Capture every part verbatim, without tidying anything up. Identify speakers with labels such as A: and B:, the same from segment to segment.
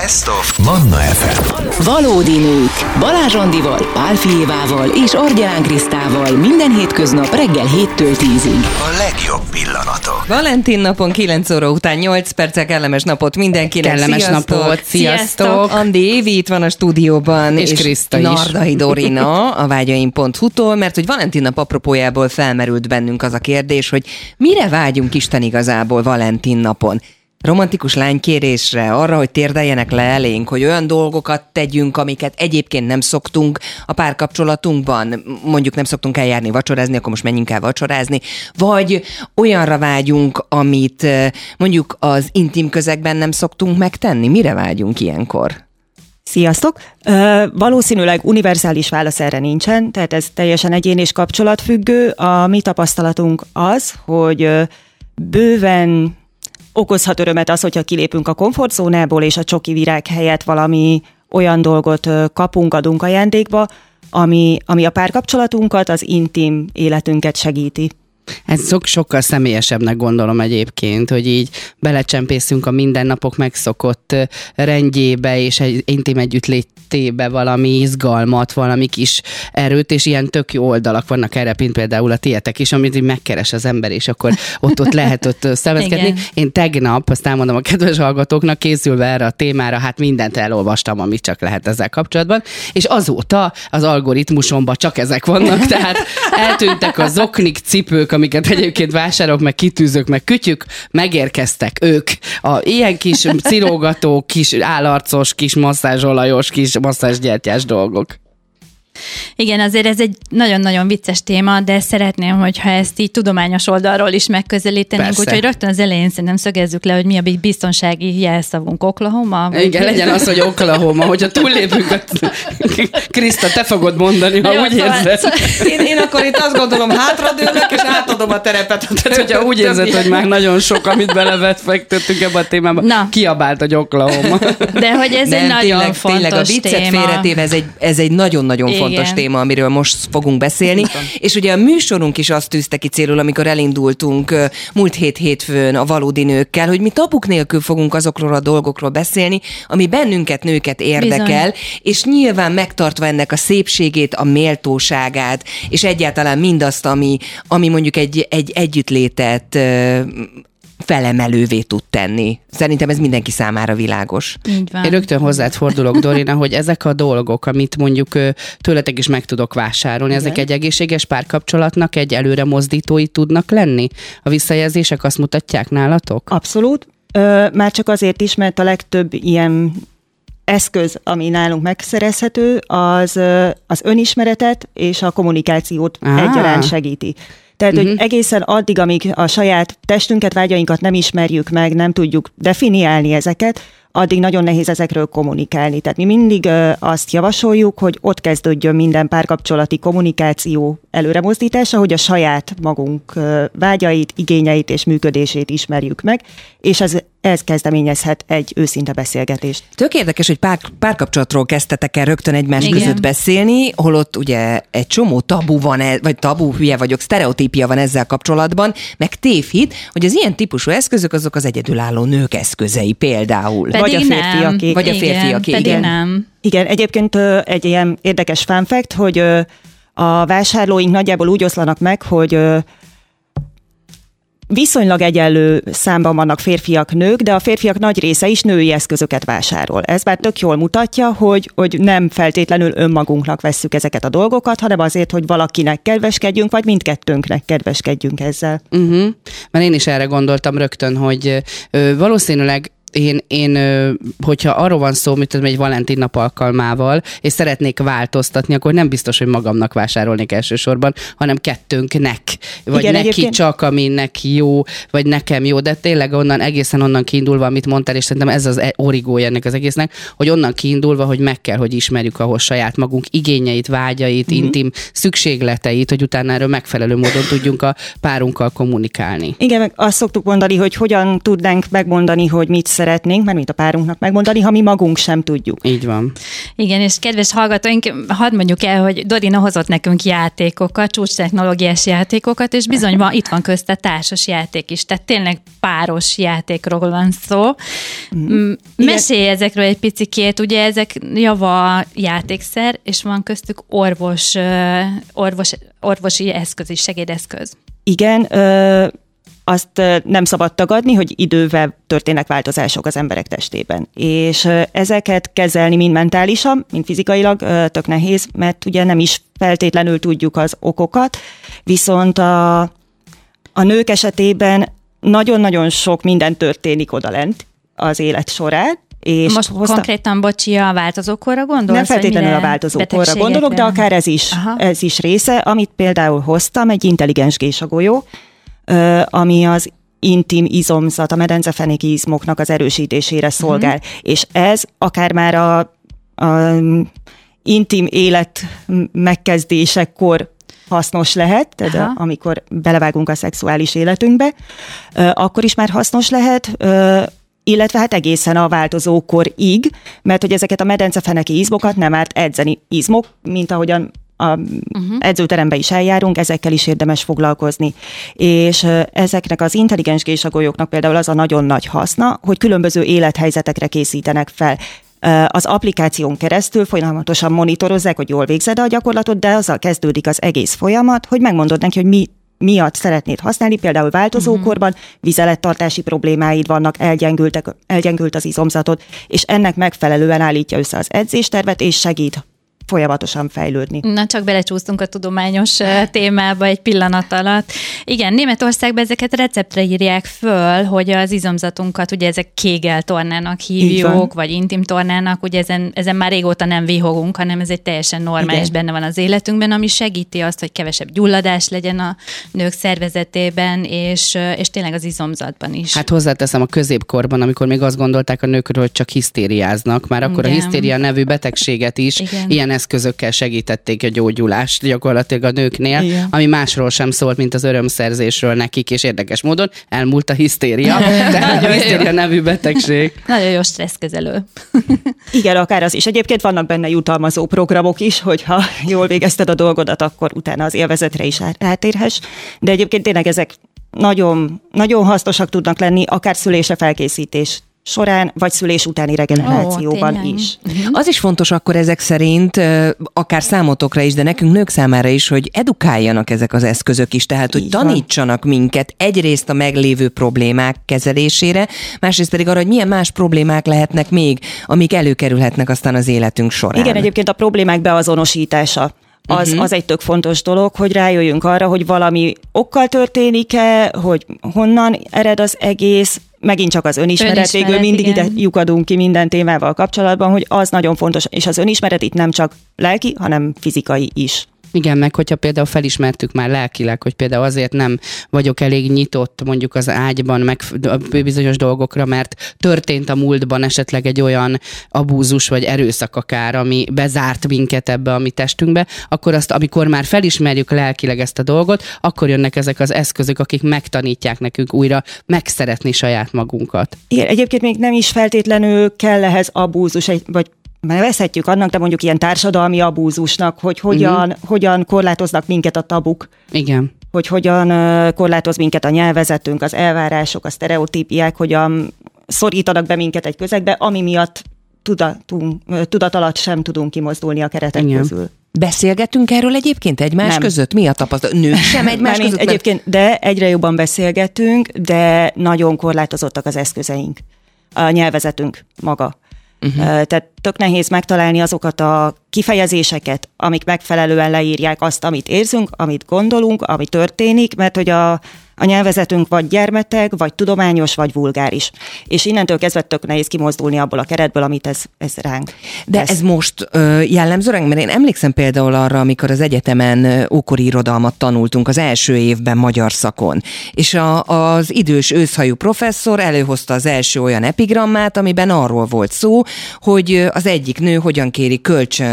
A: Best of Manna ef em.
B: Valódi nők. Balázs Andival, Pál Fijévával és Argyán Krisztával minden hétköznap reggel héttől tízig.
A: A legjobb pillanatok.
C: Valentin napon kilenc óra után nyolc perccel kellemes napot mindenkinek.
D: Kellemes
C: Sziasztok.
D: napot, sziasztok.
C: Andi Évi itt van a stúdióban,
D: és, és Kriszta is.
C: Nardai Dorina a vágyaim pont hu-tól, mert hogy Valentin nap apropójából felmerült bennünk az a kérdés, hogy mire vágyunk Isten igazából Valentin napon? Romantikus lánykérésre, arra, hogy térdeljenek le elénk, hogy olyan dolgokat tegyünk, amiket egyébként nem szoktunk a párkapcsolatunkban, mondjuk nem szoktunk eljárni vacsorázni, akkor most menjünk el vacsorázni, vagy olyanra vágyunk, amit mondjuk az intim közegben nem szoktunk megtenni. Mire vágyunk ilyenkor?
E: Sziasztok! Uh, valószínűleg univerzális válasz erre nincsen, tehát ez teljesen egyén és kapcsolatfüggő. A mi tapasztalatunk az, hogy uh, bőven okozhat örömet az, hogyha kilépünk a komfortzónából, és a csoki virág helyett valami olyan dolgot uh, kapunk, adunk ajándékba, ami, ami a párkapcsolatunkat, az intim életünket segíti.
D: Ez sok, sokkal személyesebbnek gondolom egyébként, hogy így belecsempészünk a mindennapok megszokott rendjébe és egy intim együttlétébe valami izgalmat, valami kis erőt, és ilyen tök jó oldalak vannak erre, mint például a tietek is, amit így megkeres az ember, és akkor ott-ott lehet ott szemezkedni. Én tegnap, azt elmondom a kedves hallgatóknak, készülve erre a témára, hát mindent elolvastam, amit csak lehet ezzel kapcsolatban, és azóta az algoritmusomban csak ezek vannak, tehát eltűntek a zoknik, cipők, amiket egyébként vásárolok, meg kitűzök, meg kütyük, megérkeztek ők. A ilyen kis cirógató, kis állarcos, kis masszázsolajos, kis masszázsgyertyás dolgok.
F: Igen, azért ez egy nagyon-nagyon vicces téma, de szeretném, hogyha ezt így tudományos oldalról is megközelítenünk, úgyhogy rögtön az elején szerintem szögezzük le, hogy mi a biztonsági jelszavunk. Oklahoma? Vagy
D: igen, legyen az, hogy Oklahoma, hogyha túllépünk, Kriszta, te fogod mondani, ha
F: jó,
D: úgy érzed.
C: Szóval, én, én akkor itt azt gondolom, hátradőlök, és átadom a terepet.
D: Tehát, hogyha úgy érzed, hogy már nagyon sok, amit belevet, fektettünk ebbe a témába, Na. kiabált, hogy Oklahoma.
F: De hogy ez Nem, egy nagyon
C: tényleg,
F: fontos
C: tényleg a viccet félretéve, ez egy, ez egy nagyon-nagyon Igen. fontos téma, amiről most fogunk beszélni. Igen. És ugye a műsorunk is azt tűzte ki célul, amikor elindultunk múlt hét hétfőn a valódi nőkkel, hogy mi tabuk nélkül fogunk azokról a dolgokról beszélni, ami bennünket, nőket érdekel, Bizony. és nyilván megtartva ennek a szépségét, a méltóságát, és egyáltalán mindazt, ami, ami mondjuk egy, egy együttlétet felemelővé tud tenni. Szerintem ez mindenki számára világos.
F: Így van.
D: Én rögtön hozzád fordulok, Dorina, hogy ezek a dolgok, amit mondjuk tőletek is meg tudok vásárolni, Igen. ezek egy egészséges párkapcsolatnak egy előre mozdítói tudnak lenni? A visszajelzések azt mutatják nálatok?
E: Abszolút. Ö, már csak azért is, mert a legtöbb ilyen eszköz, ami nálunk megszerezhető, az, az önismeretet és a kommunikációt ah. egyaránt segíti. Tehát, uh-huh. hogy egészen addig, amíg a saját testünket, vágyainkat nem ismerjük meg, nem tudjuk definiálni ezeket, addig nagyon nehéz ezekről kommunikálni. Tehát mi mindig ö, azt javasoljuk, hogy ott kezdődjön minden párkapcsolati kommunikáció előremozdítása, hogy a saját magunk ö, vágyait, igényeit és működését ismerjük meg, és ez, ez kezdeményezhet egy őszinte beszélgetést.
C: Tök érdekes, hogy pár, párkapcsolatról kezdtetek el rögtön egymás
F: Igen.
C: között beszélni, holott ugye egy csomó tabu van, vagy tabu, hülye vagyok, sztereotípia van ezzel kapcsolatban, meg tévhit, hogy az ilyen típusú eszközök azok az egyedülálló nők eszközei például.
F: Pedig
E: vagy a férfiaké.
C: Vagy a férfiaké.
F: Igen,
C: Igen.
F: nem.
E: Igen, egyébként egy ilyen érdekes fun fact, hogy a vásárlóink nagyjából úgy oszlanak meg, hogy viszonylag egyenlő számban vannak férfiak, nők, de a férfiak nagy része is női eszközöket vásárol. Ez már tök jól mutatja, hogy, hogy nem feltétlenül önmagunknak vesszük ezeket a dolgokat, hanem azért, hogy valakinek kedveskedjünk, vagy mindkettőnknek kedveskedjünk ezzel.
D: Uh-huh. Mert én is erre gondoltam rögtön, hogy ö, valószínűleg Én, én, hogyha arról van szó, mint egy Valentin nap alkalmával, és szeretnék változtatni, akkor nem biztos, hogy magamnak vásárolnék elsősorban, hanem kettőnknek. Vagy
E: Igen,
D: neki
E: egyébként...
D: csak, ami neki jó, vagy nekem jó, de tényleg onnan, egészen onnan kiindulva, amit mondtál, és szerintem ez az origója ennek az egésznek, hogy onnan kiindulva, hogy meg kell, hogy ismerjük ahhoz saját magunk igényeit, vágyait, mm-hmm. intim szükségleteit, hogy utána erről megfelelő módon tudjunk a párunkkal kommunikálni.
E: Igen, meg azt szoktuk mondani, hogy hogyan tudnánk megmondani, hogy mit szeretnénk, mert mint a párunknak megmondani, ha mi magunk sem tudjuk.
D: Így van.
F: Igen, és kedves hallgatóink, hadd mondjuk el, hogy Dorina hozott nekünk játékokat, csúcstechnológiás játékokat, és bizony van, itt van közte társas játék is, tehát tényleg páros játékról van szó. Mm. Mesélj ezekről egy picikét, ugye ezek java játékszer, és van köztük orvos, orvos, orvosi eszköz is, segédeszköz.
E: Igen, ö, azt nem szabad tagadni, hogy idővel történnek változások az emberek testében. És ezeket kezelni mind mentálisan, mind fizikailag tök nehéz, mert ugye nem is feltétlenül tudjuk az okokat, viszont a, a nők esetében nagyon-nagyon sok minden történik odalent az élet során. És
F: most hozta... konkrétan, bocsi, a változókorra gondolsz?
E: Nem feltétlenül a változókorra gondolok, de akár ez is, ez is része, amit például hoztam, egy intelligens gésagolyó, ami az intim izomzat, a medencefenéki izmoknak az erősítésére szolgál. Uh-huh. És ez akár már a, a intim élet megkezdésekor hasznos lehet, tehát amikor belevágunk a szexuális életünkbe, akkor is már hasznos lehet, illetve hát egészen a változókorig, mert hogy ezeket a medencefeneki izmokat nem árt edzeni. Izmok, mint ahogyan a uh-huh. edzőterembe is eljárunk, ezekkel is érdemes foglalkozni. És ezeknek az intelligens gésagolyóknak például az a nagyon nagy haszna, hogy különböző élethelyzetekre készítenek fel. Az applikáción keresztül folyamatosan monitorozzák, hogy jól végzed a gyakorlatot, de azzal kezdődik az egész folyamat, hogy megmondod neki, hogy mi miatt szeretnéd használni, például változókorban vizelettartási problémáid vannak, elgyengültek, elgyengült az izomzatod, és ennek megfelelően állítja össze az edzéstervet, és segít folyamatosan fejlődni.
F: Na, csak belecsúsztunk a tudományos témába egy pillanat alatt. Igen, Németországban ezeket receptre írják föl, hogy az izomzatunkat, ugye ezek Kegel tornának hívjuk, vagy intim tornának, ugye ezen, ezen már régóta nem vihogunk, hanem ez egy teljesen normális, igen, benne van az életünkben, ami segíti azt, hogy kevesebb gyulladás legyen a nők szervezetében, és, és tényleg az izomzatban is.
D: Hát hozzáteszem, a középkorban, amikor még azt gondolták a nőkről, hogy csak hisztériáznak, már akkor igen, a hisztéria nevű betegséget is, igen, ilyen eszközökkel segítették a gyógyulást gyakorlatilag a nőknél, igen, ami másról sem szólt, mint az örömszerzésről nekik, és érdekes módon elmúlt a hisztéria, tehát a hisztéria nevű betegség.
F: Nagyon jó stresszkezelő.
E: Igen, akár az is. Egyébként vannak benne jutalmazó programok is, hogyha jól végezted a dolgodat, akkor utána az élvezetre is átérhess. De egyébként tényleg ezek nagyon, nagyon hasznosak tudnak lenni, akár szülésre felkészítés során, vagy szülés utáni regenerációban oh, is.
C: Uh-huh. Az is fontos akkor ezek szerint, akár számotokra is, de nekünk nők számára is, hogy edukáljanak ezek az eszközök is, tehát hogy így tanítsanak van. minket egyrészt a meglévő problémák kezelésére, másrészt pedig arra, hogy milyen más problémák lehetnek még, amik előkerülhetnek aztán az életünk során.
E: Igen, egyébként a problémák beazonosítása. Az, uh-huh. az egy tök fontos dolog, hogy rájöjjünk arra, hogy valami okkal történik-e, hogy honnan ered az egész, megint csak az önismeret, önismeret végül mindig igen. ide lyukadunk ki minden témával kapcsolatban, hogy az nagyon fontos, és az önismeret itt nem csak lelki, hanem fizikai is.
D: Igen, meg hogyha például felismertük már lelkileg, hogy például azért nem vagyok elég nyitott mondjuk az ágyban, meg bizonyos dolgokra, mert történt a múltban esetleg egy olyan abúzus vagy erőszak akár, ami bezárt minket ebbe a mi testünkbe, akkor azt, amikor már felismerjük lelkileg ezt a dolgot, akkor jönnek ezek az eszközök, akik megtanítják nekünk újra megszeretni saját magunkat.
E: Igen, egyébként még nem is feltétlenül kell ehhez abúzus, vagy nevezhetjük annak, de mondjuk ilyen társadalmi abúzusnak, hogy hogyan, uh-huh. hogyan korlátoznak minket a tabuk.
D: Igen.
E: Hogy hogyan korlátoz minket a nyelvezetünk, az elvárások, a sztereotípiák, hogyan szorítanak be minket egy közegbe, ami miatt tudatunk, tudat alatt sem tudunk kimozdulni a keretek Igen. közül.
C: Beszélgetünk erről egyébként egymás Nem. között? Mi a tapasztalat? Nők sem egymás
E: között?
C: Mert...
E: Egyébként, de egyre jobban beszélgetünk, de nagyon korlátozottak az eszközeink. A nyelvezetünk maga. Uh-huh. Tehát tök nehéz megtalálni azokat a kifejezéseket, amik megfelelően leírják azt, amit érzünk, amit gondolunk, ami történik, mert hogy a, a nyelvezetünk vagy gyermeteg, vagy tudományos, vagy vulgáris. És innentől kezdve tök nehéz kimozdulni abból a keretből, amit ez, ez ránk.
C: De ez, ez most ö, jellemző ránk, mert én emlékszem például arra, amikor az egyetemen ókori irodalmat tanultunk az első évben magyar szakon, és a, az idős őszhajú professzor előhozta az első olyan epigrammát, amiben arról volt szó, hogy az egyik nő hogyan kéri kölcsön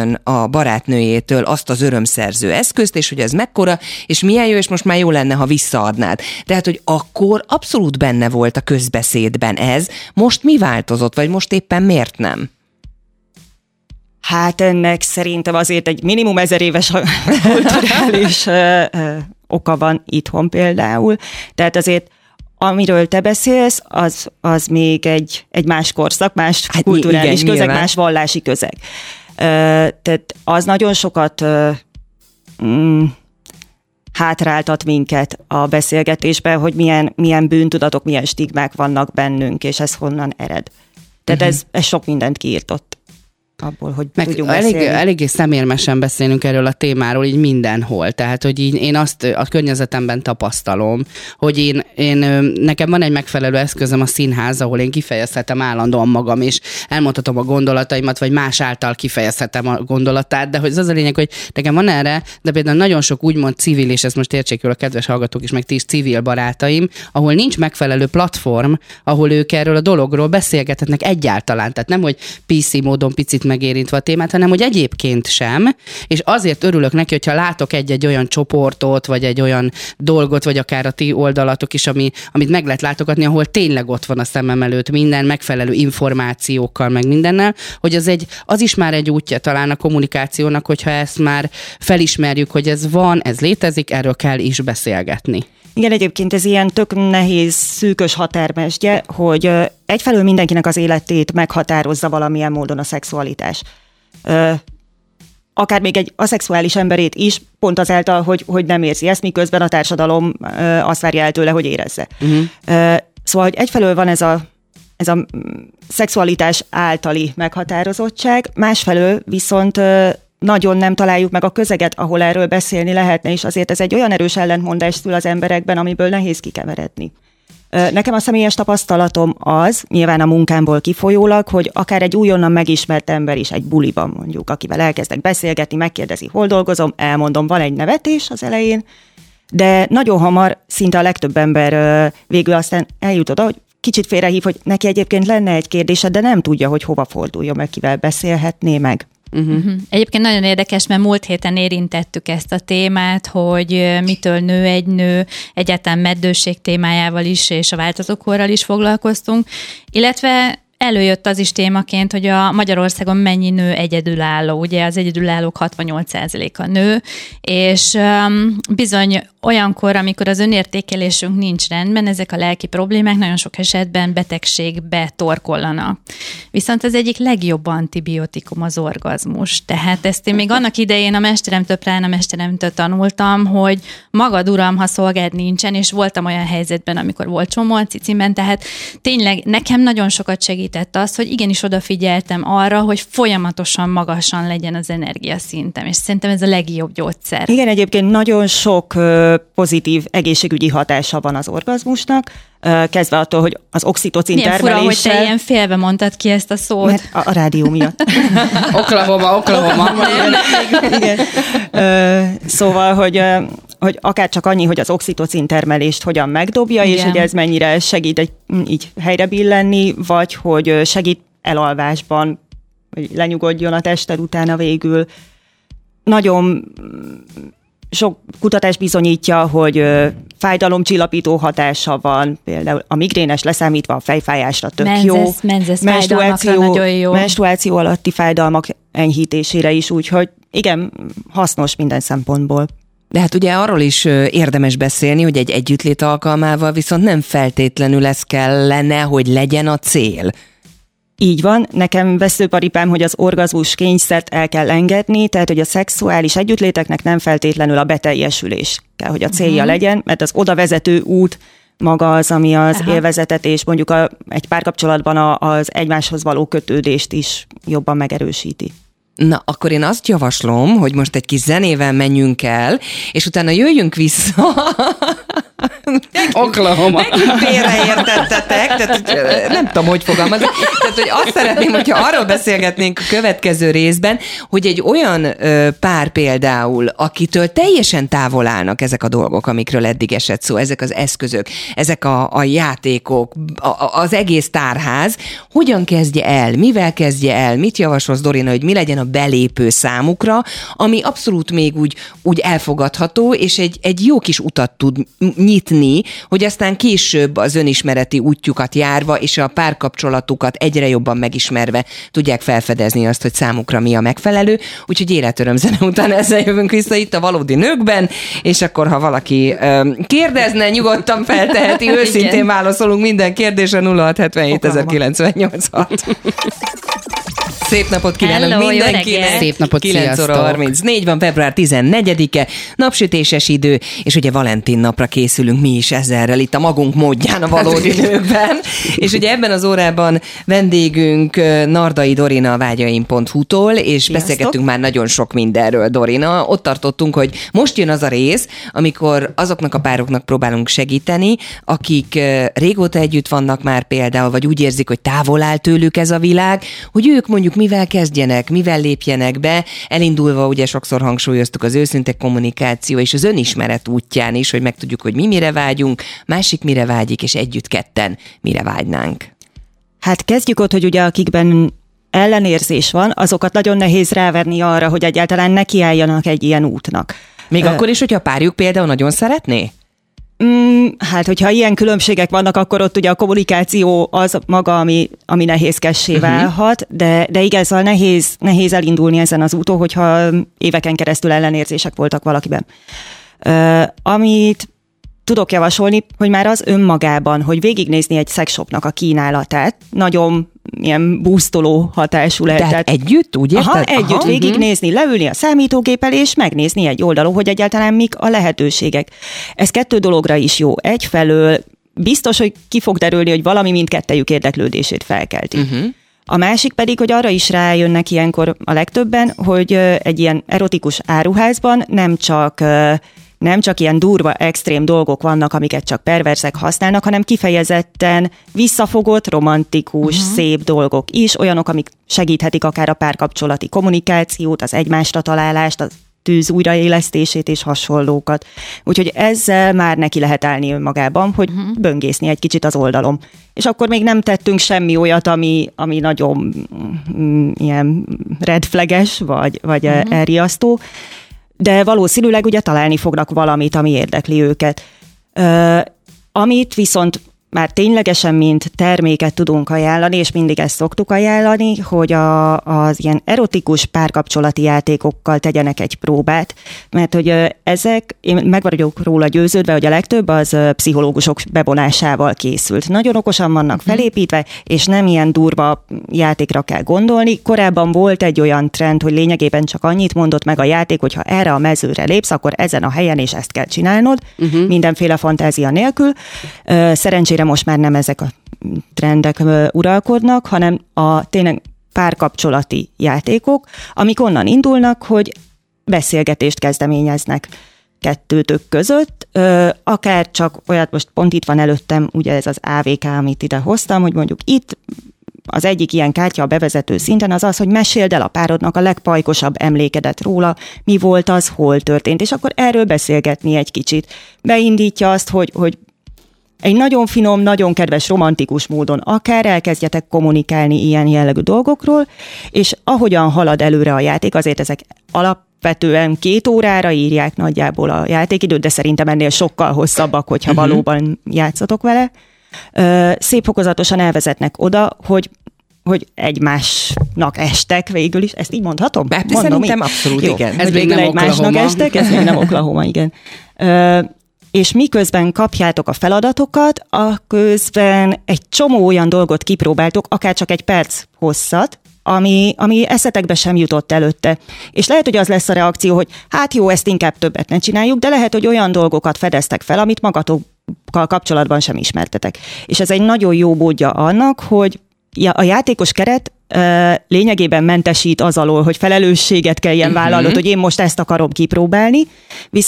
C: kérjen a barátnőjétől azt az örömszerző eszközt, és hogy ez mekkora, és milyen jó, és most már jó lenne, ha visszaadnád. Tehát, hogy akkor abszolút benne volt a közbeszédben ez, most mi változott, vagy most éppen miért nem?
E: Hát ennek szerintem azért egy minimum ezer éves kulturális oka van itthon például. Tehát azért amiről te beszélsz, az, az még egy, egy más korszak, más hát kulturális igen, közeg, nyilván. Más vallási közeg. Tehát az nagyon sokat mm, hátráltat minket a beszélgetésben, hogy milyen, milyen bűntudatok, milyen stigmák vannak bennünk, és ez honnan ered. Tehát uh-huh. ez, ez sok mindent kiírtott abból, hogy meg tudjunk
D: elég,
E: beszélni.
D: Eléggé szemérmesen beszélünk erről a témáról, így mindenhol. Tehát, hogy így én azt a környezetemben tapasztalom, hogy én, én nekem van egy megfelelő eszközöm, a színház, ahol én kifejezhetem állandóan magam, és elmondhatom a gondolataimat, vagy más által kifejezhetem a gondolatát, de hogy az a lényeg, hogy nekem van erre, de például nagyon sok úgymond civil, és ezt most értsék jól a kedves hallgatók is, meg ti is civil barátaim, ahol nincs megfelelő platform, ahol ők erről a dologról beszélgethetnek egyáltalán. Tehát nem, hogy pé cé módon picit megérintve a témát, hanem hogy egyébként sem, és azért örülök neki, hogyha látok egy-egy olyan csoportot, vagy egy olyan dolgot, vagy akár a ti oldalatok is, ami, amit meg lehet látogatni, ahol tényleg ott van a szemem előtt minden, megfelelő információkkal, meg mindennel, hogy az, egy, az is már egy útja talán a kommunikációnak, hogyha ezt már felismerjük, hogy ez van, ez létezik, erről kell is beszélgetni.
E: Igen, egyébként ez ilyen tök nehéz, szűkös határmesdje, hogy egyfelől mindenkinek az életét meghatározza valamilyen módon a szexualitás. Akár még egy aszexuális emberét is, pont azáltal, hogy, hogy nem érzi ezt, miközben a társadalom azt várja el tőle, hogy érezze. Uh-huh. Szóval, hogy egyfelől van ez a, ez a szexualitás általi meghatározottság, másfelől viszont nagyon nem találjuk meg a közeget, ahol erről beszélni lehetne, és azért ez egy olyan erős ellentmondás szül az emberekben, amiből nehéz kikeveredni. Nekem a személyes tapasztalatom az, nyilván a munkámból kifolyólag, hogy akár egy újonnan megismert ember is egy buliban mondjuk, akivel elkezdek beszélgetni, megkérdezi, hol dolgozom, elmondom, van egy nevetés az elején, de nagyon hamar szinte a legtöbb ember végül aztán eljut oda, hogy kicsit félrehív, hogy neki egyébként lenne egy kérdése, de nem tudja, hogy hova forduljon meg, kivel beszélhetné meg.
F: Uh-huh. Uh-huh. Egyébként nagyon érdekes, mert múlt héten érintettük ezt a témát, hogy mitől nő egy nő, egyáltalán meddőség témájával is, és a változókorral is foglalkoztunk, illetve előjött az is témaként, hogy a Magyarországon mennyi nő egyedülálló. Ugye az egyedülállók hatvannyolc százaléka nő, és um, bizony olyankor, amikor az önértékelésünk nincs rendben, ezek a lelki problémák nagyon sok esetben betegségbe torkollanak. Viszont az egyik legjobb antibiotikum az orgazmus. Tehát ezt én még annak idején a mesteremtől, pláne a mesteremtől tanultam, hogy magad uram, ha szolgád nincsen, és voltam olyan helyzetben, amikor volt csomó a cicimben, tehát tényleg nekem nagyon sokat segített az, hogy igenis odafigyeltem arra, hogy folyamatosan magasan legyen az energiaszintem, és szerintem ez a legjobb gyógyszer.
E: Igen, egyébként nagyon sok pozitív egészségügyi hatása van az orgazmusnak, kezdve attól, hogy az oxitocin
F: milyen
E: termeléssel...
F: Milyen fura, hogy te ilyen félve mondtad ki ezt a szót.
E: Mert a, a rádió miatt.
D: Oklahoma, Oklahoma.
E: Igen. Szóval, hogy, hogy akár csak annyi, hogy az oxitocin termelést hogyan megdobja, igen. És hogy ez mennyire segít egy, így helyre billenni, vagy hogy segít elalvásban, hogy lenyugodjon a tested utána végül. Nagyon sok kutatás bizonyítja, hogy fájdalomcsillapító hatása van, például a migrénes leszámítva a fejfájásra tök
F: menzesz,
E: jó.
F: Menzesz menstruáció, nagyon jó.
E: Menstruáció alatti fájdalmak enyhítésére is, úgyhogy igen, hasznos minden szempontból.
C: De hát ugye arról is érdemes beszélni, hogy egy együttlét alkalmával viszont nem feltétlenül ez kellene, hogy legyen a cél.
E: Így van, nekem veszőparipám, hogy az orgazmus kényszert el kell engedni, tehát hogy a szexuális együttléteknek nem feltétlenül a beteljesülés kell, hogy a célja uh-huh. legyen, mert az oda vezető út maga az, ami az Aha. élvezetet és mondjuk a, egy párkapcsolatban a, az egymáshoz való kötődést is jobban megerősíti.
C: Na, akkor én azt javaslom, hogy most egy kis zenével menjünk el, és utána jöjjünk vissza
D: Oklahoma.
C: Félreértettetek, tehát nem tudom, hogy fogalmazni. Tehát, hogy azt szeretném, hogyha arról beszélgetnénk a következő részben, hogy egy olyan ö, pár például, akitől teljesen távol állnak ezek a dolgok, amikről eddig esett szó, ezek az eszközök, ezek a, a játékok, a, a, az egész tárház, hogyan kezdje el, mivel kezdje el, mit javasolsz, Dorina, hogy mi legyen a belépő számukra, ami abszolút még úgy, úgy elfogadható, és egy, egy jó kis utat tud nyitni, hogy aztán később az önismereti útjukat járva, és a párkapcsolatukat egyre jobban megismerve tudják felfedezni azt, hogy számukra mi a megfelelő. Úgyhogy életöröm zene után ezzel jövünk vissza itt a Valódi Nőkben, és akkor, ha valaki um, kérdezne, nyugodtan felteheti, őszintén válaszolunk minden kérdésre. Nulla hat hetvenhét ezerkilencszáznyolcvanhat. Szép napot kívánok
F: Hello,
C: mindenkinek!
D: Szép napot,
C: kilenc óra harmincnégy van, február tizennegyedike, napsütéses idő, és ugye Valentin napra készülünk mi is ezerrel itt a magunk módján a Valódi Nőkben. És ugye ebben az órában vendégünk Nardai Dorina a vágyaim pont hu-tól, és Sziasztok. Beszélgettünk már nagyon sok mindenről, Dorina. Ott tartottunk, hogy most jön az a rész, amikor azoknak a pároknak próbálunk segíteni, akik régóta együtt vannak már például, vagy úgy érzik, hogy távol áll tőlük ez a világ, hogy ők mondjuk mivel kezdjenek, mivel lépjenek be, elindulva ugye sokszor hangsúlyoztuk az őszinte kommunikáció és az önismeret útján is, hogy megtudjuk, hogy mi mire vágyunk, másik mire vágyik, és együtt ketten mire vágynánk.
E: Hát kezdjük ott, hogy ugye akikben ellenérzés van, azokat nagyon nehéz ráverni arra, hogy egyáltalán nekiálljanak egy ilyen útnak.
C: Még uh, akkor is, hogyha a párjuk például nagyon szeretné?
E: Mm, hát, hogyha ilyen különbségek vannak, akkor ott ugye a kommunikáció az maga, ami, ami nehézkessé válhat, uh-huh. de, de igaz, szóval nehéz, nehéz elindulni ezen az úton, hogyha éveken keresztül ellenérzések voltak valakiben. Uh, amit tudok javasolni, hogy már az önmagában, hogy végignézni egy szexshopnak a kínálatát, nagyon ilyen boostoló hatású lehet.
C: Tehát együtt, úgy érted?
E: Aha, együtt Aha. végignézni, leülni a számítógép elé, és megnézni egy oldalon, hogy egyáltalán mik a lehetőségek. Ez kettő dologra is jó. Egyfelől biztos, hogy ki fog derülni, hogy valami mindkettejük érdeklődését felkelti. Uh-huh. A másik pedig, hogy arra is rájönnek ilyenkor a legtöbben, hogy egy ilyen erotikus áruházban nem csak nem csak ilyen durva, extrém dolgok vannak, amiket csak perverzek használnak, hanem kifejezetten visszafogott, romantikus, uh-huh. szép dolgok is, olyanok, amik segíthetik akár a párkapcsolati kommunikációt, az egymásra találást, a tűz újraélesztését és hasonlókat. Úgyhogy ezzel már neki lehet állni önmagában, hogy uh-huh. böngészni egy kicsit az oldalom. És akkor még nem tettünk semmi olyat, ami, ami nagyon mm, ilyen red flages, vagy, vagy uh-huh. elriasztó, de valószínűleg ugye találni fognak valamit, ami érdekli őket. Uh, amit viszont már ténylegesen mint terméket tudunk ajánlani, és mindig ezt szoktuk ajánlani, hogy a, az ilyen erotikus párkapcsolati játékokkal tegyenek egy próbát, mert hogy ezek, én meg vagyok róla győződve, hogy a legtöbb az pszichológusok bevonásával készült. Nagyon okosan vannak felépítve, és nem ilyen durva játékra kell gondolni. Korábban volt egy olyan trend, hogy lényegében csak annyit mondott meg a játék, hogyha erre a mezőre lépsz, akkor ezen a helyen és ezt kell csinálnod, uh-huh. mindenféle fantázia nélkül. Szerencsére most már nem ezek a trendek uralkodnak, hanem a tényleg párkapcsolati játékok, amik onnan indulnak, hogy beszélgetést kezdeményeznek kettőtök között, akár csak olyat, most pont itt van előttem, ugye ez az á vé ká, amit ide hoztam, hogy mondjuk itt az egyik ilyen kártya a bevezető szinten az az, hogy meséld el a párodnak a legpajkosabb emlékedet róla, mi volt az, hol történt, és akkor erről beszélgetni egy kicsit. Beindítja azt, hogy, hogy egy nagyon finom, nagyon kedves, romantikus módon akár elkezdjetek kommunikálni ilyen jellegű dolgokról, és ahogyan halad előre a játék, azért ezek alapvetően két órára írják nagyjából a játékidőt, de szerintem ennél sokkal hosszabbak, hogyha uh-huh. valóban játszatok vele. Szép fokozatosan elvezetnek oda, hogy hogy egymásnak estek végül is. Ezt így mondhatom?
C: Bár szerintem abszolút,
E: jó,
C: igen.
E: Ez még nem egymásnak Oklahoma. Estek, ez még nem Oklahoma, igen. Ö, és miközben kapjátok a feladatokat, aközben egy csomó olyan dolgot kipróbáltok, akár csak egy perc hosszat, ami, ami eszetekbe sem jutott előtte. És lehet, hogy az lesz a reakció, hogy hát jó, ezt inkább többet ne csináljuk, de lehet, hogy olyan dolgokat fedeztek fel, amit magatokkal kapcsolatban sem ismertetek. És ez egy nagyon jó módja annak, hogy a játékos keret uh, lényegében mentesít az alól, hogy felelősséget kelljen vállalnod, uh-huh. hogy én most ezt akarom kipróbálni, viszont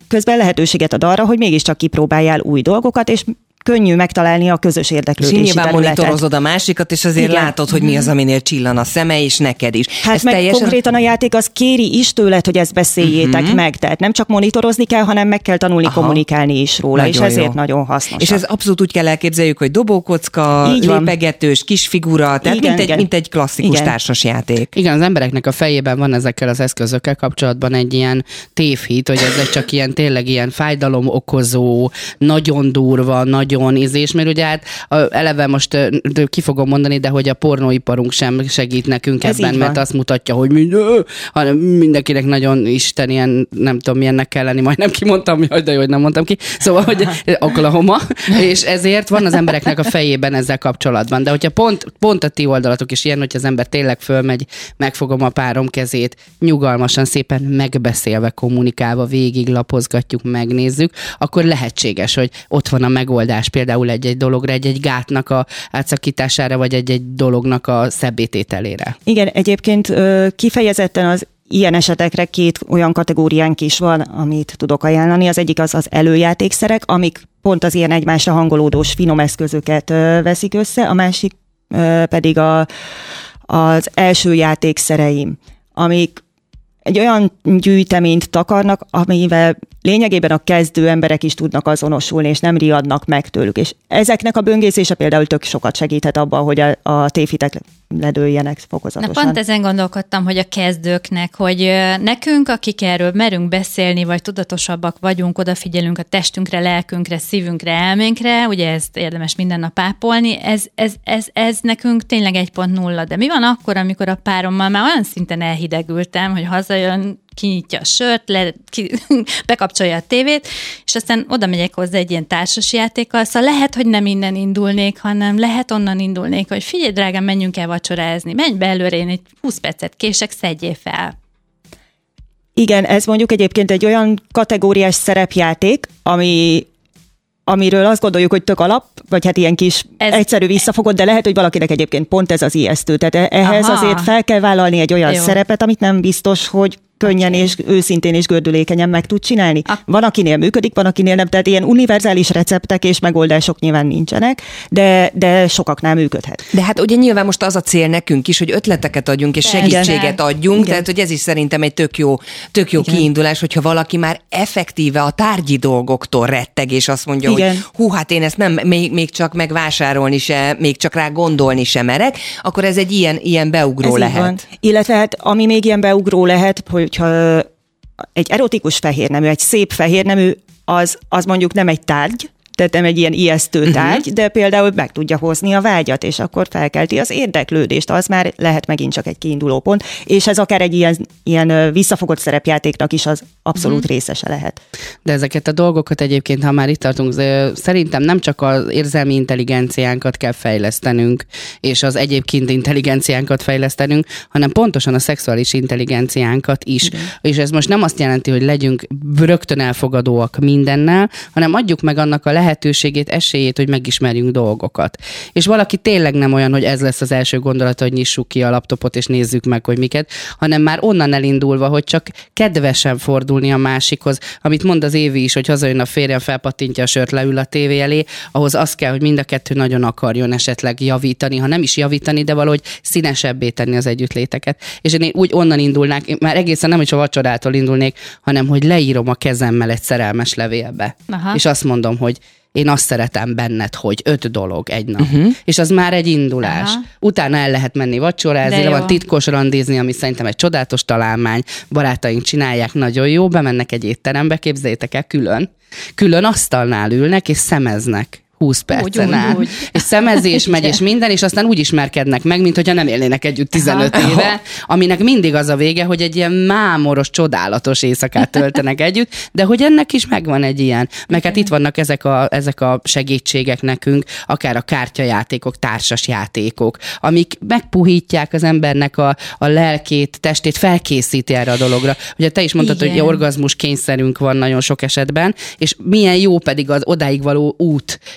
E: közben lehetőséget ad arra, hogy mégiscsak kipróbáljál új dolgokat, és könnyű megtalálni a közös érdeklődési
C: területet. És nyilván
E: területet.
C: monitorozod a másikat, és azért igen. látod, hogy mi az, aminél csillan a szeme, és neked is.
E: Hát
C: ez
E: meg
C: teljesen...
E: konkrétan a játék az kéri is tőled, hogy ezt beszéljétek uh-huh. meg. Tehát nem csak monitorozni kell, hanem meg kell tanulni Aha. kommunikálni is róla, nagyon és ezért jó. nagyon hasznos.
C: És ez abszolút úgy kell elképzeljük, hogy dobókocka, lépegetős, kisfigura, tehát igen, mint, egy, mint egy klasszikus igen. társasjáték.
D: Igen, az embereknek a fejében van ezekkel az eszközökkel kapcsolatban egy ilyen tévhit, hogy ez csak ilyen tényleg ilyen fájdalom okozó, nagyon durva, nagyon ízés, mert ugye hát eleve most ki fogom mondani, de hogy a pornóiparunk sem segít nekünk ez ebben, mert azt mutatja, hogy mind, hanem mindenkinek nagyon isten ilyen, nem tudom milyennek kell lenni, majdnem kimondtam, jaj, de jó, hogy nem mondtam ki. Szóval, hogy Oklahoma, és ezért van az embereknek a fejében ezzel kapcsolatban. De hogyha pont, pont a ti oldalatok is ilyen, hogy az ember tényleg fölmegy, megfogom a párom kezét, nyugalmasan, szépen megbeszélve, kommunikálva, végig lapozgatjuk, megnézzük, akkor lehetséges, hogy ott van a megoldás például egy-egy dologra, egy-egy gátnak a átszakítására, vagy egy-egy dolognak a szebbétételére.
E: Igen, egyébként kifejezetten az ilyen esetekre két olyan kategóriánk is van, amit tudok ajánlani. Az egyik az az előjátékszerek, amik pont az ilyen egymásra hangolódós finom eszközöket veszik össze, a másik pedig a, az első játékszereim, amik egy olyan gyűjteményt takarnak, amivel lényegében a kezdő emberek is tudnak azonosulni, és nem riadnak meg tőlük. És ezeknek a böngészése például tök sokat segíthet abban, hogy a, a tévhitek ledőljenek fokozatosan.
F: Na pont ezen gondolkodtam, hogy a kezdőknek, hogy nekünk, akik erről merünk beszélni, vagy tudatosabbak vagyunk, odafigyelünk a testünkre, lelkünkre, szívünkre, elménkre, ugye ezt érdemes minden nap ápolni, ez, ez, ez, ez nekünk tényleg egy pont nulla. De mi van akkor, amikor a párommal már olyan szinten elhidegültem, hogy hazajön, kinyitja a sört, le, ki, bekapcsolja a tévét, és aztán oda megyek hozzá egy ilyen társasjátékkal, szóval lehet, hogy nem innen indulnék, hanem lehet onnan indulnék, hogy figyelj, drágám, menjünk el vacsorázni, menj be előre, én egy húsz percet kések, szedjél fel.
E: Igen, ez mondjuk egyébként egy olyan kategóriás szerepjáték, ami amiről azt gondoljuk, hogy tök alap, vagy hát ilyen kis ez egyszerű visszafogott, de lehet, hogy valakinek egyébként pont ez az ijesztő. Tehát ehhez Aha. azért fel kell vállalni egy olyan Jó. szerepet, amit nem biztos, hogy könnyen okay. és őszintén és gördülékenyen meg tud csinálni. Ah. Van, akinél működik, van, akinél nem. Tehát ilyen univerzális receptek és megoldások nyilván nincsenek, de, de sokaknál működhet.
C: De hát ugye nyilván most az a cél nekünk is, hogy ötleteket adjunk és segítséget adjunk, Igen. tehát hogy ez is szerintem egy tök jó, tök jó kiindulás, hogyha valaki már effektíve a tárgyi dolgoktól retteg, és azt mondja, Igen. hogy hú, hát én ezt nem, még, még csak megvásárolni se, még csak rá gondolni sem merek, akkor ez egy ilyen, ilyen beugró ez lehet.
E: Illetve hát ami még ilyen beugró lehet, hogy hogyha egy erotikus fehérnemű, egy szép fehérnemű, az, az mondjuk nem egy tárgy, tehát nem egy ilyen ijesztő tárgy, uh-huh. de például meg tudja hozni a vágyat, és akkor felkelti az érdeklődést, az már lehet megint csak egy kiinduló pont, és ez akár egy ilyen, ilyen visszafogott szerepjátéknak is az abszolút uh-huh. részese lehet.
D: De ezeket a dolgokat egyébként, ha már itt tartunk, szerintem nem csak az érzelmi intelligenciánkat kell fejlesztenünk, és az egyébként intelligenciánkat fejlesztenünk, hanem pontosan a szexuális intelligenciánkat is. Uh-huh. És ez most nem azt jelenti, hogy legyünk rögtön elfogadóak mindennel, hanem adjuk meg annak a lehetőségét, esélyét, hogy megismerjünk dolgokat. És valaki tényleg nem olyan, hogy ez lesz az első gondolata, hogy nyissuk ki a laptopot, és nézzük meg, hogy miket, hanem már onnan elindulva, hogy csak kedvesen fordulni a másikhoz. Amit mond az Évi is, hogy hazajön a férjem, felpattintja a sört, leül a tévé elé, ahhoz az kell, hogy mind a kettő nagyon akarjon esetleg javítani, ha nem is javítani, de valahogy színesebbé tenni az együttléteket. És én úgy onnan indulnák, én már egészen nem is a vacsorától indulnék, hanem hogy leírom a kezemmel egy szerelmes levélbe. Aha. És azt mondom, hogy én azt szeretem benned, hogy öt dolog egy nap. Uh-huh. És az már egy indulás. Aha. Utána el lehet menni vacsorázni, le van titkos randizni, ami szerintem egy csodálatos találmány. Barátaink csinálják, nagyon jó, bemennek egy étterembe, képzeljétek el, külön. Külön asztalnál ülnek és szemeznek. húsz percen áll. Úgy, úgy. És szemezés megy, és minden, és aztán úgy ismerkednek meg, mint hogyha nem élnének együtt tizenöt Aha. éve, aminek mindig az a vége, hogy egy ilyen mámoros, csodálatos éjszakát töltenek együtt, de hogy ennek is megvan egy ilyen. Meg hát itt vannak ezek a, ezek a segítségek nekünk, akár a kártyajátékok, társas játékok, amik megpuhítják az embernek a, a lelkét, testét, felkészíti erre a dologra. Ugye te is mondtad, Igen. hogy orgazmus kényszerünk van nagyon sok esetben, és milyen jó pedig az odáig való út,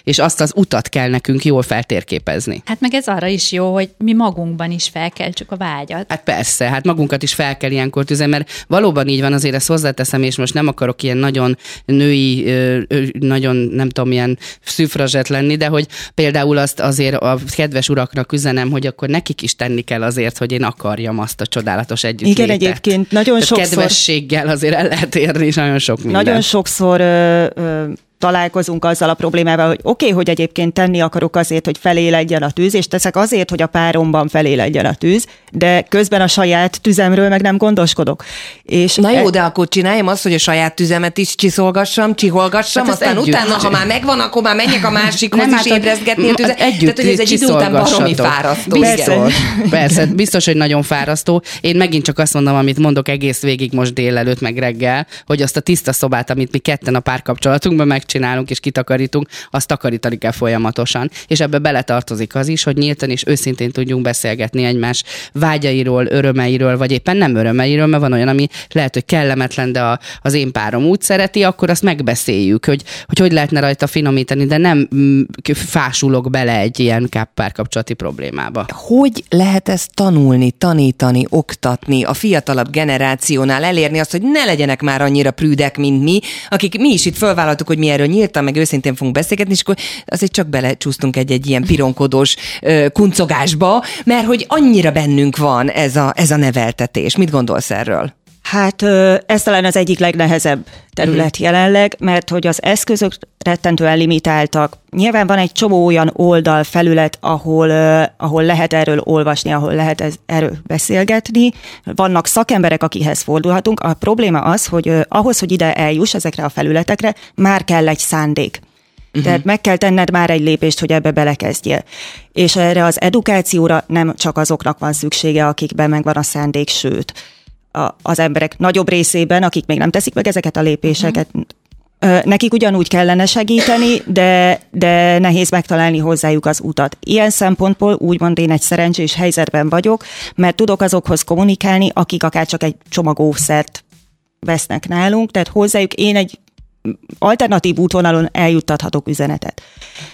D: és azt az utat kell nekünk jól feltérképezni.
F: Hát meg ez arra is jó, hogy mi magunkban is felkeltsük a vágyat.
D: Hát persze, hát magunkat is fel kell ilyenkor tűzni, mert valóban így van, azért ezt hozzáteszem, és most nem akarok ilyen nagyon női, nagyon nem tudom, ilyen szűfrazsett lenni, de hogy például azt azért a kedves uraknak üzenem, hogy akkor nekik is tenni kell azért, hogy én akarjam azt a csodálatos együttlétet.
E: Igen, egyébként nagyon
D: Tehát
E: sokszor...
D: kedvességgel azért el lehet érni, és nagyon sok minden.
E: Nagyon sokszor... Ö, ö, találkozunk azzal a problémával, hogy oké, okay, hogy egyébként tenni akarok azért, hogy feléledjen a tűz, és teszek azért, hogy a páromban feléledjen a tűz, de közben a saját tüzemről meg nem gondoskodok. És
C: Na jó,
E: e...
C: de akkor csináljam azt, hogy a saját tüzemet is csiszolgassam, csiholgassam, hát aztán utána, ha már megvan, akkor már menjek a másikhoz
D: nem,
C: is
D: hát,
C: ébrezgetni a tüzet.
D: Együtt
C: Tehát, hogy ez egy idő után baromi fárasztó.
D: Biztos, persze, biztos, hogy nagyon fárasztó. Én megint csak azt mondom, amit mondok egész végig most délelőtt, meg reggel, hogy azt a tiszta szobát, amit mi ketten a párkapcsolatunkban megcsinálunk és kitakarítunk, azt takarítani kell folyamatosan. És ebbe beletartozik az is, hogy nyíltan és őszintén tudjunk beszélgetni egymás vágyairól, örömeiről, vagy éppen nem örömeiről, mert van olyan, ami lehet, hogy kellemetlen, de a, az én párom úgy szereti, akkor azt megbeszéljük, hogy hogy, hogy lehetne rajta finomítani, de nem mm, fásulok bele egy ilyen párkapcsolati problémába.
C: Hogy lehet ezt tanulni, tanítani, oktatni, a fiatalabb generációnál elérni azt, hogy ne legyenek már annyira prűdek, mint mi, akik mi is itt fölvállaltuk, hogy mi erről nyíltan, meg őszintén fogunk beszélgetni, és akkor azért csak belecsúsztunk egy-egy ilyen pironkodós uh, kuncogásba, mert hogy annyira bennünk van ez a, ez a neveltetés. Mit gondolsz erről?
E: Hát ez talán az egyik legnehezebb terület jelenleg, mert hogy az eszközök rettentően limitáltak. Nyilván van egy csomó olyan oldal, felület, ahol, ahol lehet erről olvasni, ahol lehet ez, erről beszélgetni. Vannak szakemberek, akihez fordulhatunk. A probléma az, hogy ahhoz, hogy ide eljuss ezekre a felületekre, már kell egy szándék. Uh-huh. Tehát meg kell tenned már egy lépést, hogy ebbe belekezdjél. És erre az edukációra nem csak azoknak van szüksége, akikben megvan a szándék, sőt, a, az emberek nagyobb részében, akik még nem teszik meg ezeket a lépéseket, uh-huh. nekik ugyanúgy kellene segíteni, de, de nehéz megtalálni hozzájuk az utat. Ilyen szempontból úgymond én egy szerencsés helyzetben vagyok, mert tudok azokhoz kommunikálni, akik akár csak egy csomag óvszert vesznek nálunk, tehát hozzájuk én egy alternatív útvonalon eljuttathatok üzenetet.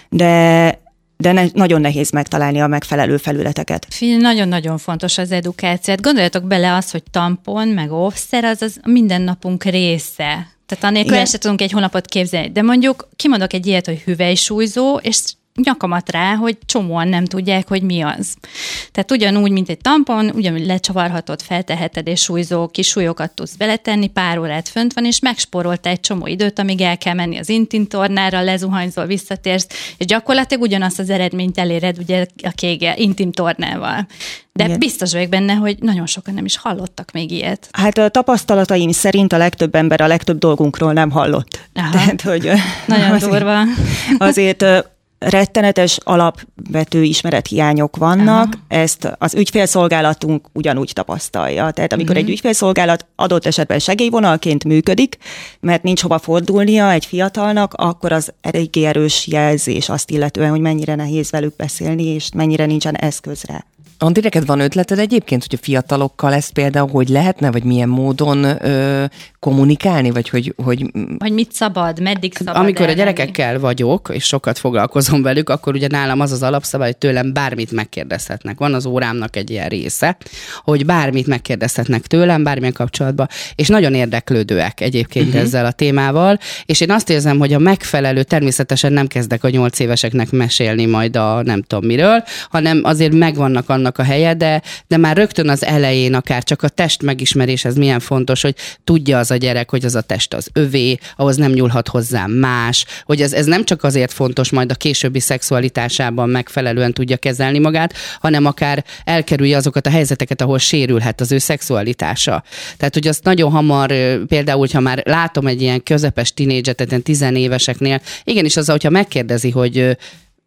E: De de ne, nagyon nehéz megtalálni a megfelelő felületeket.
F: Nagyon-nagyon fontos az edukáció. Gondoljatok bele azt, hogy tampon, meg óvszer, az az mindennapunk része. Tehát anélkül el se tudunk egy hónapot képzelni. De mondjuk kimondok egy ilyet, hogy hüvelysúlyzó, és nyakamat rá, hogy csomóan nem tudják, hogy mi az. Tehát ugyanúgy, mint egy tampon, ugyanúgy lecsavarhatod, felteheted, és súlyzó kis súlyokat tudsz beletenni, pár órát fönt van, és megspóroltál egy csomó időt, amíg el kell menni az intimtornára, lezuhanyzol, visszatérsz, és gyakorlatilag ugyanazt az eredményt eléred ugye a kége intimtornával. De igen, biztos vagyok benne, hogy nagyon sokan nem is hallottak még ilyet.
E: Hát a tapasztalataim szerint a legtöbb ember a legtöbb dolgunkról nem hallott.
F: Aha.
E: Tehát, hogy
F: nagyon azért, durva.
E: Azért rettenetes alapvető ismerethiányok vannak, aha, ezt az ügyfélszolgálatunk ugyanúgy tapasztalja. Tehát amikor uh-huh. egy ügyfélszolgálat adott esetben segélyvonalként működik, mert nincs hova fordulnia egy fiatalnak, akkor az eléggé erős jelzés azt illetően, hogy mennyire nehéz velük beszélni, és mennyire nincsen eszköz rá.
C: Andi, neked van ötleted egyébként, hogy a fiatalokkal ezt például hogy lehetne, vagy milyen módon ö, kommunikálni, vagy hogy, hogy...
F: Vagy mit szabad, meddig szabad
D: Amikor
F: elmenni?
D: A gyerekekkel vagyok, és sokat foglalkozom velük, akkor ugye nálam az az alapszabály, hogy tőlem bármit megkérdezhetnek. Van az órámnak egy ilyen része, hogy bármit megkérdezhetnek tőlem, bármilyen kapcsolatban, és nagyon érdeklődőek egyébként uh-huh. ezzel a témával, és én azt érzem, hogy a megfelelő, természetesen nem kezdek a nyolc éveseknek mesélni majd a nem tudom miről, hanem azért megvannak annak a helye, de, de már rögtön az elején akár csak a test megismerés, ez milyen fontos, hogy tudja az a gyerek, hogy az a test az övé, ahhoz nem nyúlhat hozzá más, hogy ez, ez nem csak azért fontos, majd a későbbi szexualitásában megfelelően tudja kezelni magát, hanem akár elkerülje azokat a helyzeteket, ahol sérülhet az ő szexualitása. Tehát, hogy azt nagyon hamar, például, hogyha már látom egy ilyen közepes tinédzset, tizenéveseknél, igenis az, hogyha megkérdezi, hogy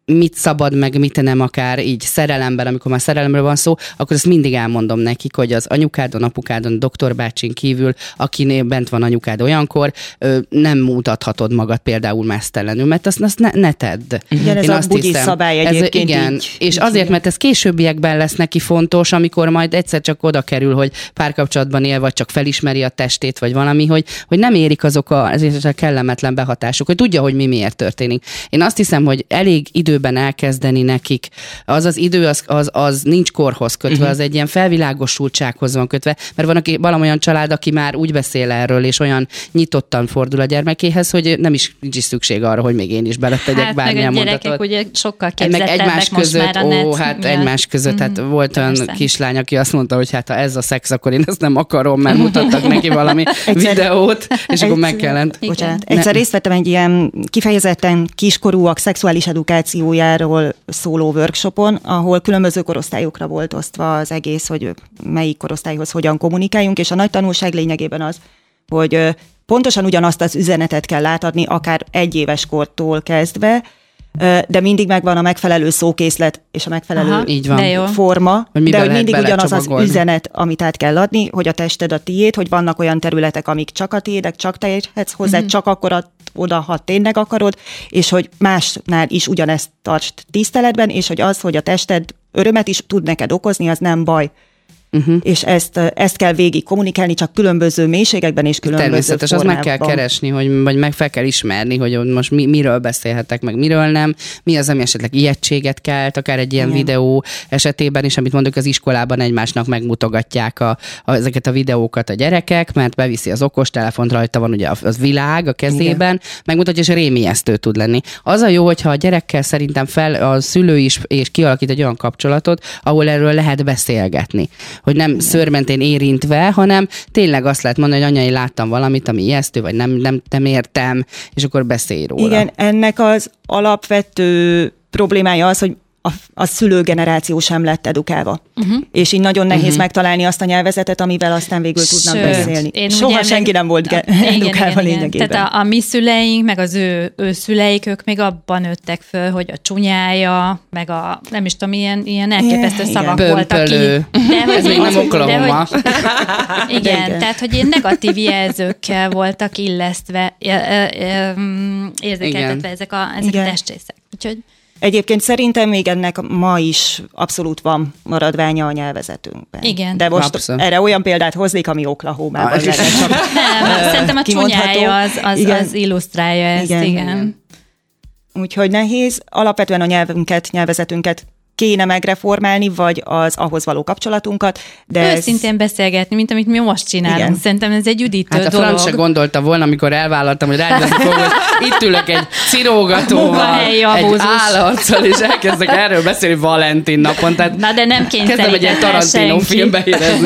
D: mit szabad, meg mit nem, akár így szerelemben, amikor már szerelemről van szó, akkor ezt mindig elmondom nekik, hogy az anyukádon, apukádon, doktorbácsin kívül, akinél bent van anyukád olyankor, nem mutathatod magad például mesztelenül, mert azt, azt ne, ne tedd.
E: Igen, ez Én a bugyi szabály egyébként
D: ez, igen,
E: így,
D: és
E: így
D: azért,
E: igen.
D: mert ez későbbiekben lesz neki fontos, amikor majd egyszer csak oda kerül, hogy párkapcsolatban él, vagy csak felismeri a testét, vagy valami, hogy, hogy nem érik azok a, ezért a kellemetlen behatások, hogy tudja, hogy mi miért történik. Én azt hiszem, hogy elég időben elkezdeni nekik. Az az idő, az, az, az nincs korhoz kötve, uh-huh. az egy ilyen felvilágosultsághoz van kötve, mert van aki, valamolyan család, aki már úgy beszél erről, és olyan nyitottan fordul a gyermekéhez, hogy nem is, nincs is szükség arra, hogy még én is beletegyek
F: hát,
D: bármilyen
F: mondatot.
D: Hát meg a
F: gyerekek ugye sokkal képzettebbek
D: meg egymás
F: most
D: között,
F: már a net.
D: Ó, hát
F: miatt.
D: egymás között, hát
F: mm,
D: volt olyan
F: persze.
D: kislány, aki azt mondta, hogy hát ha ez a szex, akkor én ezt nem akarom, mert mutattak neki valami videót, és akkor meg kellett.
E: Bocsánat. Egyszer részt vettem egy ilyen kifejezetten kiskorúak szexuális edukációjáról szóló workshopon, ahol különböző korosztályokra volt osztva az egész, hogy melyik korosztályhoz hogyan kommunikáljunk, és a nagy tanulság lényegében az, hogy pontosan ugyanazt az üzenetet kell átadni, akár egy éves kortól kezdve, de mindig megvan a megfelelő szókészlet és a megfelelő
F: Aha,
D: így van.
F: de
E: forma,
D: hogy
E: de hogy mindig ugyanaz az
D: csomagolni.
E: üzenet, amit át kell adni, hogy a tested a tiéd, hogy vannak olyan területek, amik csak a tiédek, csak te érhetsz hozzá, mm-hmm. csak akkor ad oda, ha tényleg akarod, és hogy másnál is ugyanezt tartsd tiszteletben, és hogy az, hogy a tested örömet is tud neked okozni, az nem baj. Uh-huh. És ezt, ezt kell végig kommunikálni, csak különböző mélységekben és különböző
D: Természetes,
E: formában.
D: azt meg kell keresni, hogy, vagy meg fel kell ismerni, hogy most mi, miről beszélhetek, meg miről nem, mi az, ami esetleg ijegységet kelt, akár egy ilyen Igen. videó esetében is, amit mondjuk az iskolában egymásnak megmutogatják a, a, ezeket a videókat a gyerekek, mert beviszi az okostelefont, rajta van ugye az világ a kezében, Igen. megmutatja, és rémiesztő tud lenni. Az a jó, hogyha a gyerekkel szerintem fel a szülő is és kialakít egy olyan kapcsolatot, ahol erről lehet beszélgetni. Hogy nem szőrmentén érintve, hanem tényleg azt lehet mondani, hogy anya, én láttam valamit, ami ijesztő, vagy nem, nem, nem értem, és akkor beszélj róla.
E: Igen, ennek az alapvető problémája az, hogy a, a szülőgeneráció sem lett edukálva. Uh-huh. És így nagyon nehéz uh-huh. megtalálni azt a nyelvezetet, amivel aztán végül tudnak
F: Sőt,
E: beszélni. Soha senki nem volt ge- edukálva lényegében.
F: Tehát a, a mi szüleink, meg az ő, ő szüleik, ők még abban nőttek föl, hogy a csúnyája, meg a nem is tudom, ilyen, ilyen elképesztő
E: igen.
F: szavak
D: Bömpölő.
F: voltak ki. De, hogy
D: Ez még nem Oklahoma.
F: Igen, igen, tehát hogy ilyen negatív jelzőkkel voltak illesztve, érzékeltetve ezek a, ezek a testrészek. Úgyhogy
E: Egyébként szerintem még ennek ma is abszolút van maradványa a nyelvezetünkben.
F: Igen.
E: De most
D: Abszolút.
E: erre olyan példát hoznék, ami Oklahomában
D: Ah,
E: lenne csak
F: nem, szerintem a csúnyája az, az,
E: Igen.
F: az illusztrálja ezt, igen.
E: Igen.
F: igen.
E: Úgyhogy nehéz. Alapvetően a nyelvünket, nyelvezetünket kéne megreformálni, vagy az ahhoz való kapcsolatunkat. De
F: Őszintén ez... beszélgetni, mint amit mi most csinálunk.
E: Igen.
F: Szerintem ez egy üdítő
D: Hát a
F: dolog.
D: franc se gondolta volna, amikor elvállaltam, hogy rágyvezni fogom, hogy itt ülök egy cirógatóval, egy állarccal, és elkezdek erről beszélni Valentin napon. Tehát
F: Na, de nem
D: kezdem egy ilyen Tarantino filmbe érezni.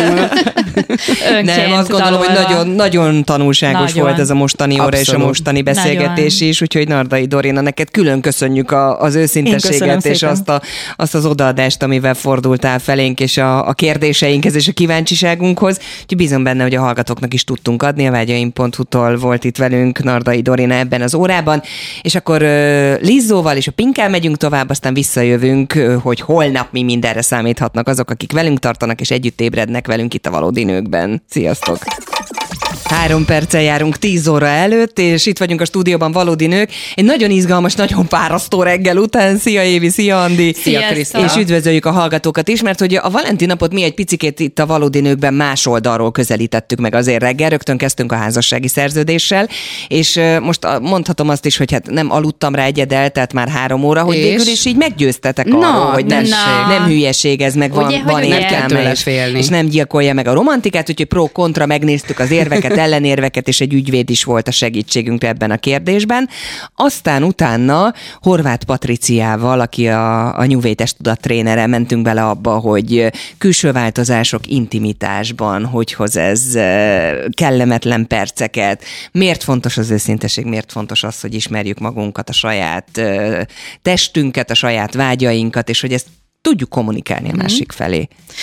C: Nem, azt gondolom, hogy nagyon, nagyon tanulságos nagyon. volt ez a mostani óra Abszolút. és a mostani beszélgetés nagyon. is, úgyhogy Nardai Dorina, neked külön köszönjük a, az őszintességet és azt, a, azt az odaadást, amivel fordultál felénk, és a, a kérdéseinkhez és a kíváncsiságunkhoz. Úgyhogy bízom benne, hogy a hallgatóknak is tudtunk adni. A vágyaim pont hu-tól volt itt velünk Nardai Dorina ebben az órában, és akkor uh, Lizzóval és a Pinkkel megyünk tovább, aztán visszajövünk, uh, hogy holnap mi mindenre számíthatnak azok, akik velünk tartanak, és együtt ébrednek velünk itt a Valódi Nőkben. Sziasztok! Három perccel járunk tíz óra előtt, és itt vagyunk a stúdióban Valódi Nők. Egy nagyon izgalmas, nagyon párasztó reggel után. Szia Évi, szia Andi!
D: Szia Krisztina!
C: És üdvözöljük a hallgatókat is, mert hogy a Valentin napot mi egy picikét itt a Valódi Nőkben más oldalról közelítettük meg azért reggel. Rögtön kezdtünk a házassági szerződéssel, és most mondhatom azt is, hogy hát nem aludtam rá egyedel, tehát már három óra, hogy és? végül is így meggyőztetek
D: na,
C: arról, hogy nem, nem hülyeség, ez meg van,
F: ugye,
C: van értelme, és, és nem gyilkolja meg a romantikát, úgyhogy pro-kontra megnéztük az érveket, ellenérveket, és egy ügyvéd is volt a segítségünkre ebben a kérdésben. Aztán utána Horváth Patriciával, aki a, a New Way Testtudat trénere, mentünk bele abba, hogy külső változások intimitásban, hogy hoz ez kellemetlen perceket, miért fontos az őszinteség, miért fontos az, hogy ismerjük magunkat, a saját testünket, a saját vágyainkat, és hogy ezt tudjuk kommunikálni a másik felé.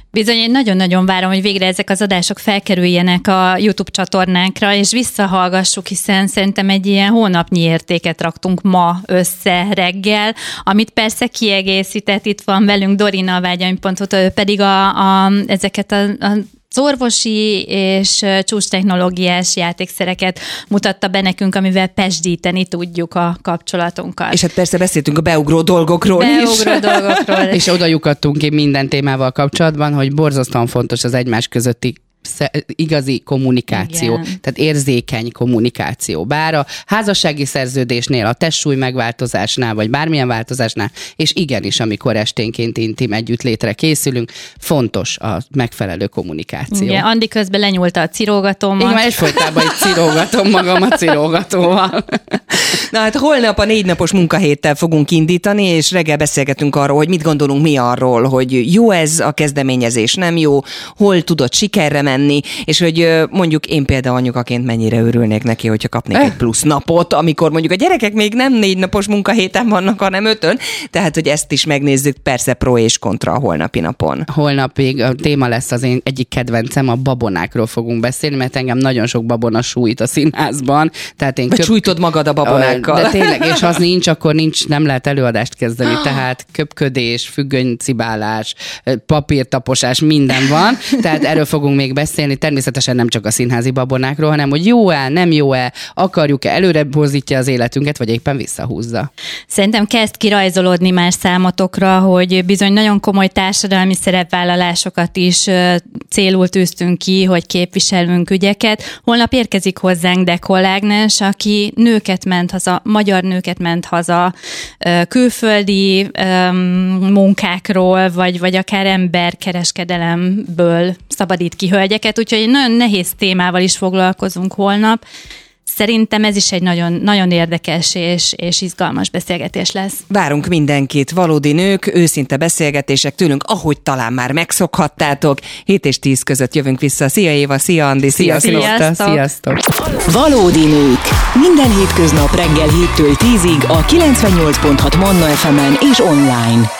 F: Bizony, én nagyon-nagyon várom, hogy végre ezek az adások felkerüljenek a YouTube csatornánkra, és visszahallgassuk, hiszen szerintem egy ilyen hónapnyi értéket raktunk ma össze reggel, amit persze kiegészített, itt van velünk Dorina a vágyaim pont hu, ő pedig a, a, ezeket a, a az orvosi és csúcstechnológiás játékszereket mutatta be nekünk, amivel pesdíteni tudjuk a kapcsolatunkat.
C: És hát persze beszéltünk a beugró dolgokról
F: beugró
C: is.
F: Beugró dolgokról.
D: És oda lyukadtunk ki minden témával kapcsolatban, hogy borzasztóan fontos az egymás közötti igazi kommunikáció, igen. Tehát érzékeny kommunikáció. Bár a házassági szerződésnél, a testsúly megváltozásnál, vagy bármilyen változásnál, és igenis, amikor esténként intim együttlétre készülünk, fontos a megfelelő kommunikáció.
F: Igen, Andi közben lenyúlta a cirógatómat.
D: Én már egyfolytában itt cirógatom magam a cirógatóval.
C: Na hát holnap a négy napos munkahéttel fogunk indítani, és reggel beszélgetünk arról, hogy mit gondolunk mi arról, hogy jó ez a kezdeményezés, nem jó, hol tudott sikerre menni, és hogy mondjuk én például anyukaként mennyire örülnék neki, hogyha kapnék egy plusz napot, amikor mondjuk a gyerekek még nem négy napos munkahéten vannak, hanem ötön, tehát hogy ezt is megnézzük, persze pro és kontra a holnapi napon.
D: Holnapig a téma lesz az én egyik kedvencem, a babonákról fogunk beszélni, mert engem nagyon sok babona sújt a színházban. Tehát én
C: köp... sújtod magad a babonákkal.
D: De tényleg, és az nincs, akkor nincs, nem lehet előadást kezdeni, tehát köpködés, függönycibálás, papírtaposás, minden van, tehát erről fogunk még beszélni, természetesen nem csak a színházi babonákról, hanem hogy jó-e, nem jó-e, akarjuk-e, előre mozdítja az életünket, vagy éppen visszahúzza.
F: Szerintem kezd kirajzolódni más számotokra, hogy bizony nagyon komoly társadalmi szerepvállalásokat is célul tűztünk ki, hogy képviselünk ügyeket. Holnap érkezik hozzánk Dekol Ágnes, aki nőket ment haza, magyar nőket ment haza, külföldi munkákról, vagy, vagy akár emberkereskedelemből szabadít ki hölgyeket, úgyhogy egy nagyon nehéz témával is foglalkozunk holnap. Szerintem ez is egy nagyon, nagyon érdekes és, és izgalmas beszélgetés lesz.
C: Várunk mindenkit, valódi nők, őszinte beszélgetések tőlünk, ahogy talán már megszokhattátok. hét és tíz között jövünk vissza. Szia Éva, szia Andi,
F: sziasztok! Sziasztok!
D: Sziasztok.
B: Valódi nők. Minden hétköznap reggel héttől tízig a kilencvennyolc pont hat Manna ef emen és online.